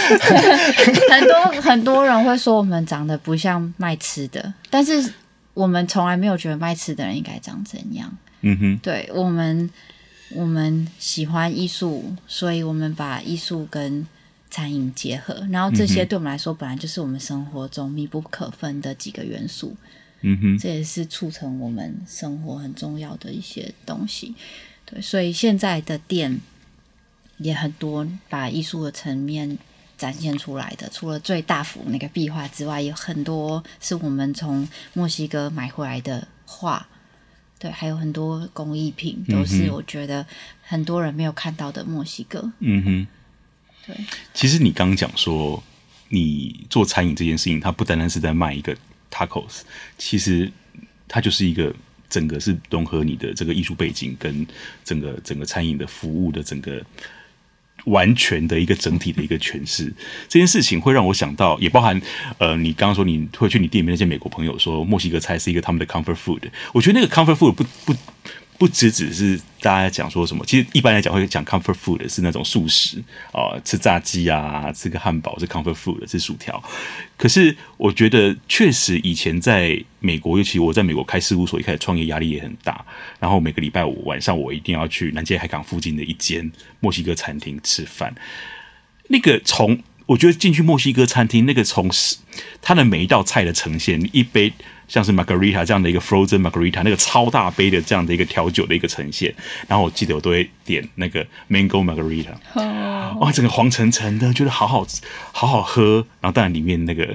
很多人会说我们长得不像卖吃的，但是我们从来没有觉得卖吃的人应该长怎样。对，我们喜欢艺术，所以我们把艺术跟餐饮结合，然后这些对我们来说本来就是我们生活中密不可分的几个元素。这也是促成我们生活很重要的一些东西。对，所以现在的店也很多把艺术的层面展现出来的，除了最大幅那个壁画之外，有很多是我们从墨西哥买回来的画。对，还有很多工艺品都是我觉得很多人没有看到的墨西哥。 对， 其实你刚刚讲说，你做餐饮这件事情，它不单单是在卖一个 tacos， 其实它就是一个整个是融合你的这个艺术背景跟整个餐饮的服务的整个完全的一个整体的一个诠释。这件事情会让我想到，也包含你刚刚说你会去你店里面那些美国朋友说墨西哥菜是一个他们的 comfort food， 我觉得那个 comfort food 不只是大家讲说什么，其实一般来讲会讲 comfort food 是那种素食吃炸鸡啊，吃个汉堡是 comfort food 是薯条。可是我觉得确实以前在美国，尤其我在美国开事务所，一开始创业压力也很大，然后每个礼拜五晚上我一定要去南街海港附近的一间墨西哥餐厅吃饭。那个我觉得进去墨西哥餐厅，那个从它的每一道菜的呈现，一杯像是 margarita 这样的一个 frozen margarita， 那个超大杯的这样的一个调酒的一个呈现，然后我记得我都会点那个 mango margarita， 哇，整个黄澄澄的，觉得好好喝，然后当然里面那个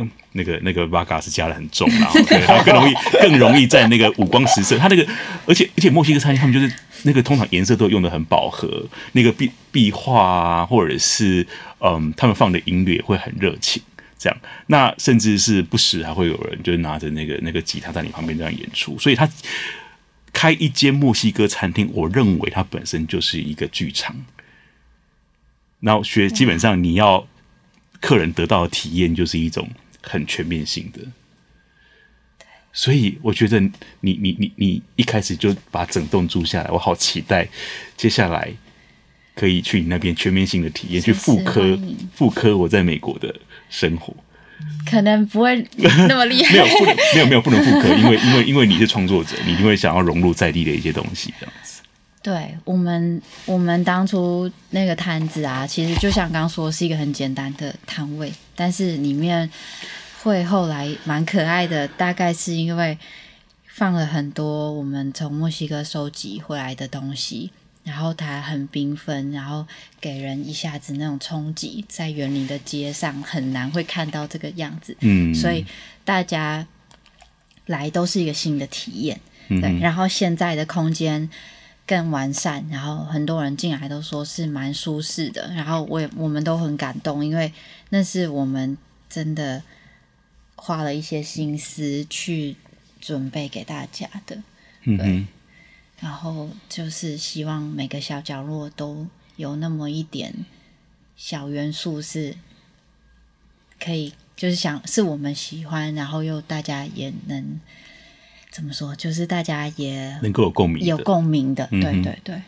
vodka 是加的很重，然后更容易在那个五光十色，它那个而且墨西哥餐厅他们就是那个通常颜色都用的很饱和，那个壁画啊，或者是他们放的音乐会很热情。这样，那甚至是不时还会有人就是拿着那个吉他在你旁边这样演出，所以他开一间墨西哥餐厅，我认为它本身就是一个剧场。然后基本上你要客人得到的体验就是一种很全面性的，所以我觉得你一开始就把整栋租下来，我好期待接下来可以去你那边全面性的体验，去复刻我在美国的生活。 可能不会那么厉害， 没有不能复刻，因为你是创作者，你一定会想要融入在地的一些东西，这样子。 对，我们当初那个摊子啊，其实就像刚刚说是一个很简单的摊位，但是里面会后来蛮可爱的，大概是因为放了很多我们从墨西哥收集回来的东西，然后它很缤纷，然后给人一下子那种冲击，在园林的街上很难会看到这个样子，所以大家来都是一个新的体验，对，然后现在的空间更完善，然后很多人进来都说是蛮舒适的，然后我们都很感动，因为那是我们真的花了一些心思去准备给大家的，对。然后就是希望每个小角落都有那么一点小元素是可以，就是是我们喜欢，然后又大家也能怎么说，就是大家也能够有共鸣的， 对对对，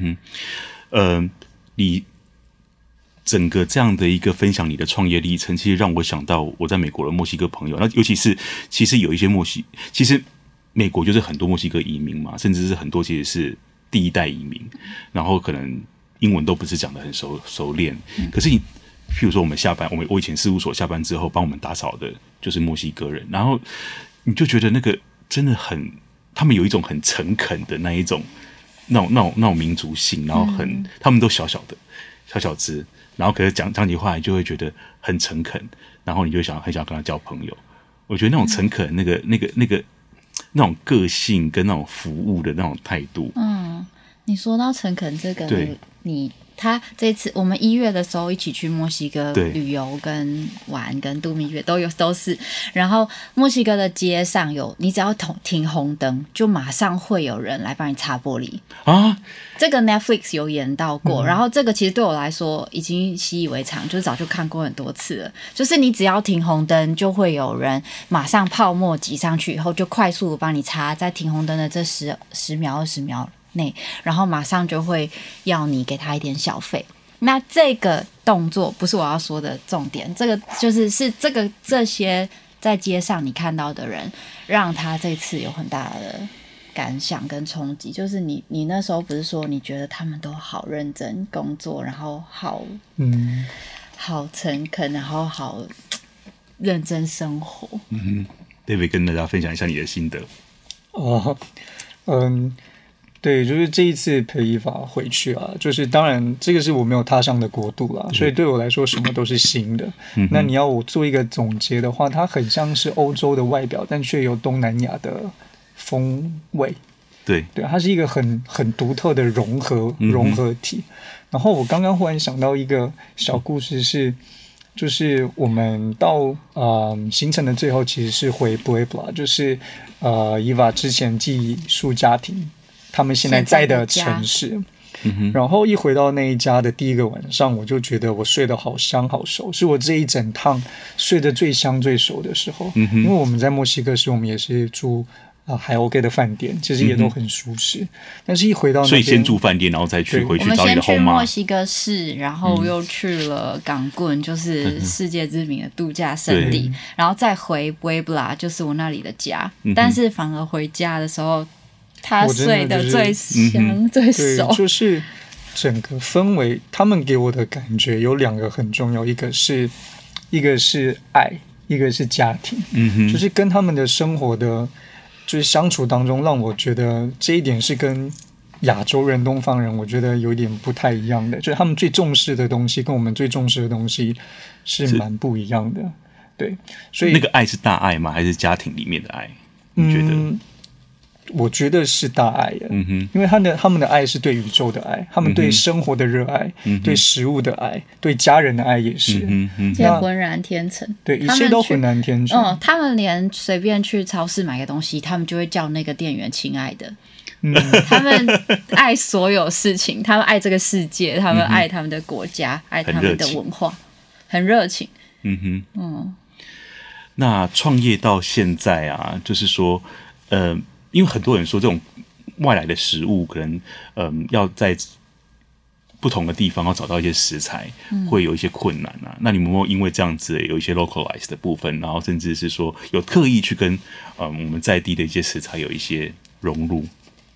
你整个这样的一个分享你的创业历程，其实让我想到我在美国的墨西哥朋友，那尤其是其实有一些其实美国就是很多墨西哥移民嘛，甚至是很多其实是第一代移民，然后可能英文都不是讲得很熟练，可是譬如说我们下班，我以前事务所下班之后帮我们打扫的就是墨西哥人，然后你就觉得那个真的他们有一种很诚恳的那一种那种民族性，然后他们都小小只，然后可是讲起话来就会觉得很诚恳，然后你就很想跟他交朋友。我觉得那种诚恳，那种个性跟那种服务的那种态度。 你说到诚恳这个，他这次我们1月的时候一起去墨西哥旅游跟玩跟度蜜月都是，然后墨西哥的街上你只要停红灯，就马上会有人来帮你擦玻璃啊。这个 Netflix 有演到过，然后这个其实对我来说已经习以为常，就是早就看过很多次了。就是你只要停红灯，就会有人马上泡沫挤上去以后，就快速的帮你擦，在停红灯的这10秒20秒内，然后马上就会要你给他一点小费。那这个动作不是我要说的重点，这个就是这些在街上你看到的人，让他这次有很大的感想跟冲击。就是你那时候不是说你觉得他们都好认真工作，然后好诚恳，然后好认真生活。 David 跟大家分享一下你的心得。 对，就是这一次陪伊法回去啊，就是当然这个是我没有踏上的国度啦，所以对我来说什么都是新的。那你要我做一个总结的话，它很像是欧洲的外表，但却有东南亚的风味。 对， 它是一个很独特的融合体。然后我刚刚忽然想到一个小故事是，就是我们到行程的最后其实是回 Puebla， 就是伊娃之前寄宿家庭他们现在在的城市。然后一回到那一家的第一个晚上，我就觉得我睡得好香好熟，是我这一整趟睡得最香最熟的时候。因为我们在墨西哥时我们也是住还 OK 的饭店，其实也都很舒适。但是一回到那边， 所以先住饭店，然后再回去找你的 home 我们先去墨西哥市，然后又去了港棍，就是世界知名的度假胜地，然后再回 Puebla， 就是我那里的家。但是反而回家的时候，他睡得最香最熟， 就是整个氛围，他们给我的感觉有2个很重要，一个是爱，一个是家庭。就是跟他们的生活的，就是相处当中，让我觉得这一点是跟亚洲人、东方人，我觉得有点不太一样的，就是他们最重视的东西跟我们最重视的东西是蛮不一样的。对，所以那个爱是大爱吗？还是家庭里面的爱？你觉得？ 我觉得是大爱耶。因为他们的爱是对宇宙的爱，他们对生活的热爱，对食物的爱，对家人的爱也是， 也浑然天成。 对，一切都浑然天成。 他们连随便去超市买个东西，他们就会叫那个店员亲爱的。他们爱所有事情，他们爱这个世界，他们爱他们的国家，爱他们的文化，很热情。 那创业到现在啊，就是说，因为很多人说这种外来的食物可能要在不同的地方要找到一些食材，会有一些困难啊。那你们有没有因为这样子有一些 localize 的部分，然后甚至是说有特意去跟我们在地的一些食材有一些融入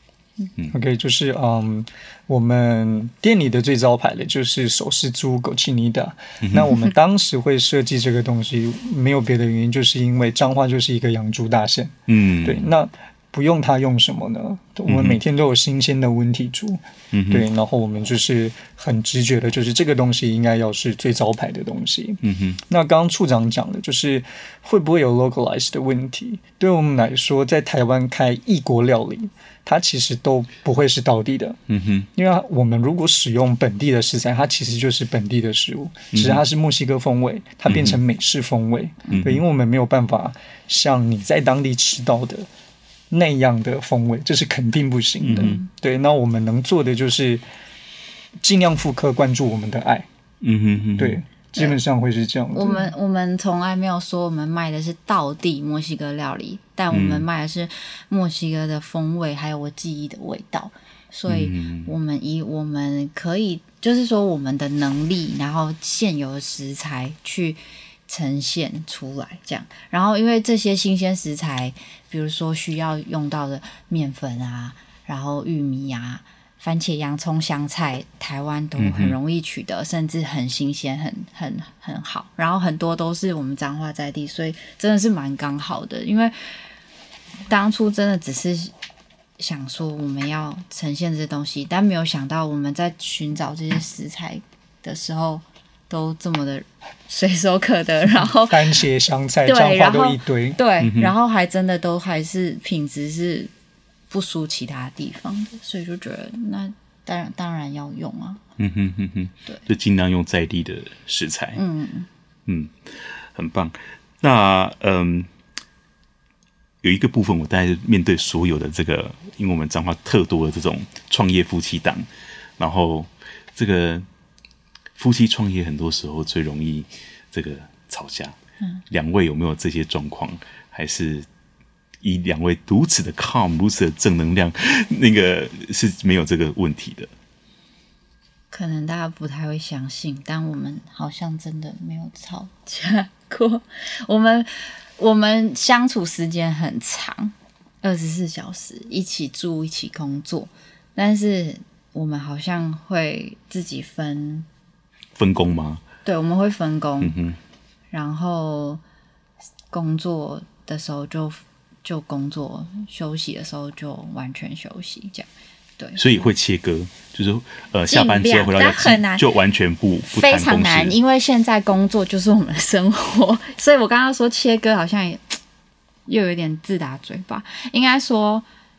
？OK， 就是我们店里的最招牌的就是手撕猪狗气尼达。那我们当时会设计这个东西，没有别的原因，就是因为彰化就是一个养猪大县。对，那不用它用什么呢？我们每天都有新鲜的温体猪，对，然后我们就是很直觉的，就是这个东西应该要是最招牌的东西。那刚刚处长讲的就是会不会有 localize 的问题？对我们来说，在台湾开异国料理，它其实都不会是道地的。因为我们如果使用本地的食材，它其实就是本地的食物，只是它是墨西哥风味，它变成美式风味。对，因为我们没有办法像你在当地吃到的那样的风味，这是肯定不行的。对，那我们能做的就是尽量复刻灌注我们的爱。对，基本上会是这样的。 我们从来没有说我们卖的是道地墨西哥料理，但我们卖的是墨西哥的风味，还有我记忆的味道。所以我们可以就是说我们的能力，然后现有的食材去呈现出来，这样。然后因为这些新鲜食材，比如说需要用到的面粉啊，然后玉米啊、番茄、洋葱、香菜，台湾都很容易取得，甚至很新鲜，很好。然后很多都是我们彰化在地，所以真的是蛮刚好的。因为当初真的只是想说我们要呈现这些东西，但没有想到我们在寻找这些食材的时候都这么的随手可得，然后番茄、香菜、彰化都一堆， 对，然后还真的都还是品质是不输其他地方的，所以就觉得那当然要用啊。 对，就尽量用在地的食材。很棒。那有一个部分，我大概面对所有的这个，因为我们彰化特多的这种创业夫妻档，然后这个夫妻创业很多时候最容易这个吵架。两位有没有这些状况？还是以两位如此的 calm、如此的正能量，那个是没有这个问题的？ 可能大家不太会相信，但我们好像真的没有吵架过。我们相处时间很长，24小时一起住一起工作，但是我们好像会自己分工吗？ 对，我们会分工，然后工作的时候就工作，休息的时候就完全休息，这样。对， 所以会切割，就是下班之后回到家很难， 就完全不非常难，因为现在工作就是我们的生活，所以我刚刚说切割好像又有点自打嘴巴。应该说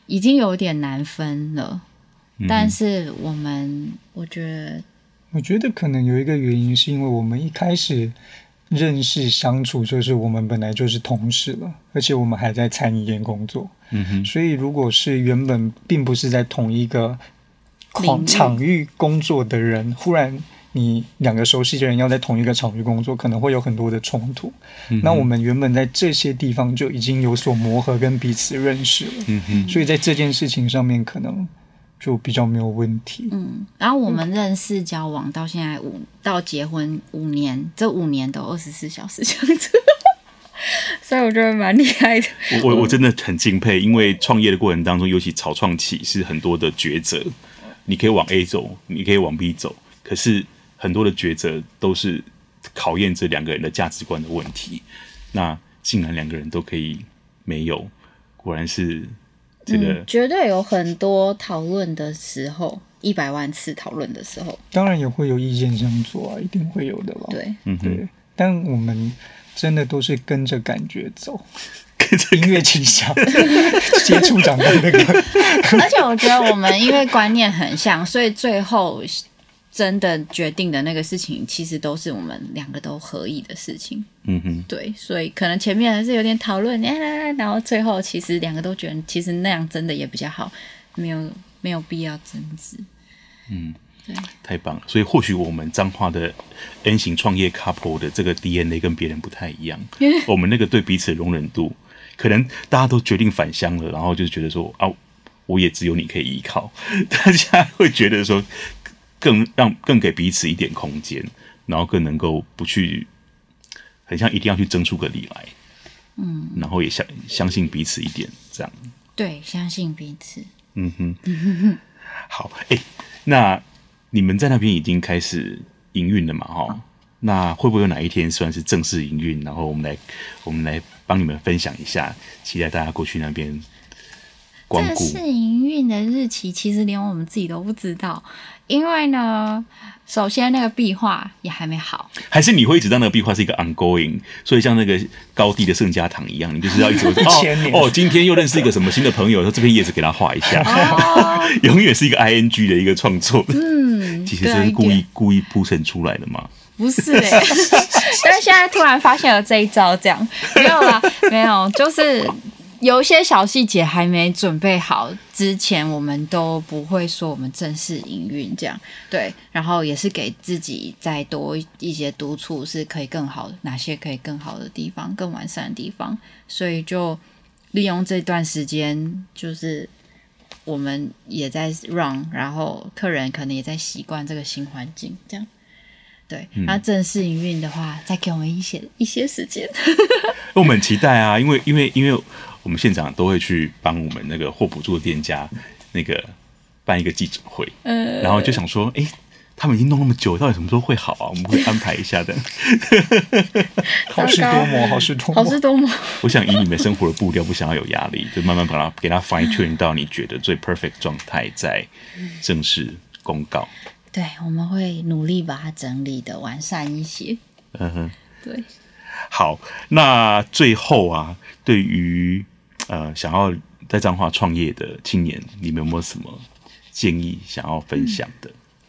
已经有点难分了。但是我觉得可能有一个原因是因为我们一开始认识相处，就是我们本来就是同事了，而且我们还在餐饮业工作，所以如果是原本并不是在同一个场域工作的人，忽然你两个熟悉的人要在同一个场域工作，可能会有很多的冲突。那我们原本在这些地方就已经有所磨合跟彼此认识了，所以在这件事情上面可能就比较没有问题。 然后我们认识交往到现在到结婚5年，这5年都24小时相处，所以我觉得蛮厉害的。 我真的很敬佩，因为创业的过程当中，尤其草创期是很多的抉择，你可以往 A 走，你可以往 B 走，可是很多的抉择都是考验着2个人的价值观的问题。那竟然2个人都可以没有，果然是这个绝对有很多讨论的时候，100万次讨论的时候， 当然也会有意见相左啊，一定会有的吧？ 对， 对。但我们真的都是跟着感觉走，音乐倾向，接处长的那个。 而且我觉得我们因为观念很像，所以最后真的决定的那个事情，其实都是我们2个都合意的事情。对，所以可能前面还是有点讨论，然后最后其实2个都觉得，其实那样真的也比较好，没有必要争执。对， 太棒了。所以或许我们彰化的 N 型创业 couple 的这个 DNA 跟别人不太一样，我们那个对彼此的容忍度，可能大家都决定返乡了，然后就觉得说啊，我也只有你可以依靠，大家会觉得说更给彼此一点空间，然后更能够不去很像一定要去争出个理来，然后也相信彼此一点，这样。 对，相信彼此。 好，那你们在那边已经开始营运了嘛？那会不会有哪一天算是正式营运？然后我们来帮你们分享一下，期待大家过去那边光顾。 正式营运的日期其实连我们自己都不知道，因为呢，首先那个壁画也还没好， 还是你会一直当那个壁画是一个 ongoing， 所以像那个高地的圣家堂一样，你就是要一直今天又认识一个什么新的朋友，说这片叶子给他画一下，永远是一个 ing 的一个创作。其实这是故意铺陈出来的嘛？ 不是但是现在突然发现了这一招，这样没有啦，没有，就是有一些小细节还没准备好之前，我们都不会说我们正式营运这样。对，然后也是给自己再多一些督促，是可以更好，哪些可以更好的地方，更完善的地方，所以就利用这段时间，就是我们也在 run， 然后客人可能也在习惯这个新环境，这样。对，然后正式营运的话，再给我们一些时间。 我们很期待啊，因为我们现场都会去帮我们那个获补助的店家那个办一个记者会，然后就想说，他们已经弄那么久，到底什么时候会好啊？我们会安排一下的。 好事多磨，好事多磨。 我想以你们生活的步调，不想要有压力，就慢慢给它 fine tune 到你觉得最 perfect 状态，再正式公告。 对，我们会努力把它整理的完善一些。对。 好，那最后啊，对于想要在彰化创业的青年，你们有没有什么建议想要分享的？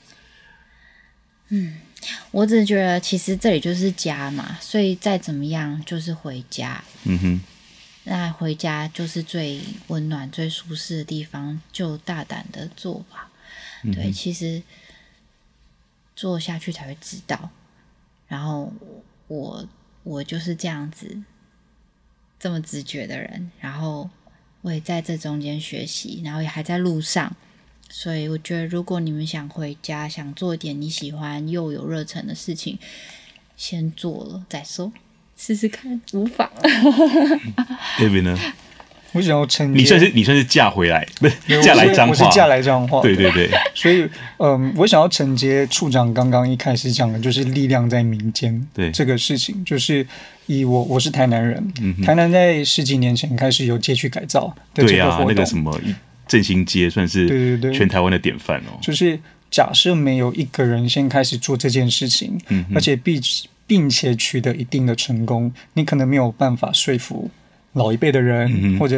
我只是觉得其实这里就是家嘛，所以再怎么样就是回家。那回家就是最温暖、最舒适的地方，就大胆的做吧。对，其实做下去才会知道。然后我就是这样子，这么直觉的人，然后我也在这中间学习，然后也还在路上，所以我觉得如果你们想回家，想做一点你喜欢又有热忱的事情，先做了再说，试试看，无妨。 David 呢？ 我想要承接，你算是嫁回来，不是嫁来彰化， 我是嫁来彰化。 对对对， 所以我想要承接处长刚刚一开始讲的，就是力量在民间。 对这个事情，就是我是台南人，台南在10几年前开始有街区改造的这个活动， 那个什么振兴街算是全台湾的典范哦。 就是假设没有一个人先开始做这件事情，而且并且取得一定的成功，你可能没有办法说服老一辈的人，或者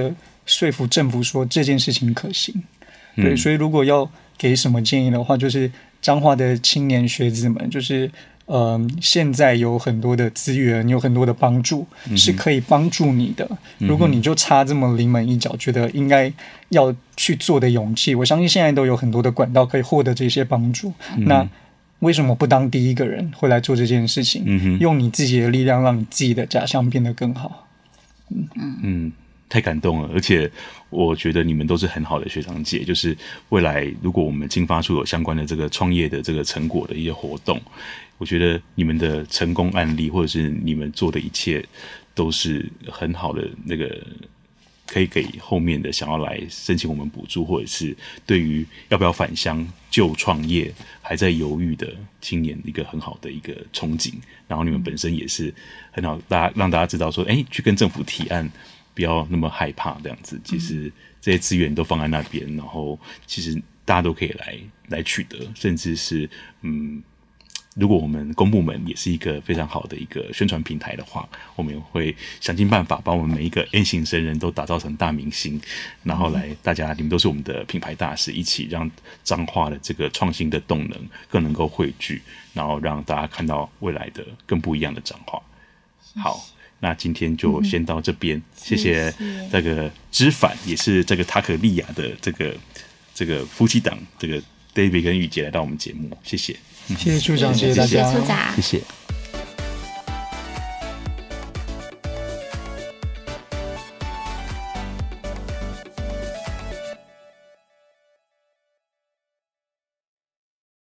说服政府说这件事情可行。对，所以如果要给什么建议的话，就是彰化的青年学子们，就是现在有很多的资源，有很多的帮助，是可以帮助你的。如果你就差这么临门一脚，觉得应该要去做的勇气，我相信现在都有很多的管道可以获得这些帮助。那为什么不当第一个人会来做这件事情？用你自己的力量，让你自己的家乡变得更好。 太感动了，而且我觉得你们都是很好的学长姐，就是未来如果我们经发处有相关的这个创业的这个成果的一些活动，我觉得你们的成功案例或者是你们做的一切都是很好的那个，可以给后面的想要来申请我们补助，或者是对于要不要返乡就创业还在犹豫的青年一个很好的一个憧憬。然后你们本身也是很好，让大家知道说，去跟政府提案，不要那么害怕这样子。其实这些资源都放在那边，然后其实大家都可以来取得，甚至是如果我们公部门也是一个非常好的一个宣传平台的话，我们也会想尽办法把我们每一个 N 型神人都打造成大明星，然后来大家你们都是我们的品牌大使，一起让彰化的这个创新的动能更能够汇聚，然后让大家看到未来的更不一样的彰化。好，那今天就先到这边，谢谢这个知返，也是这个塔可利亚的这个夫妻档，这个 David 跟雨杰来到我们节目，谢谢。 谢谢处长，谢谢大家， 谢谢处长， 谢谢。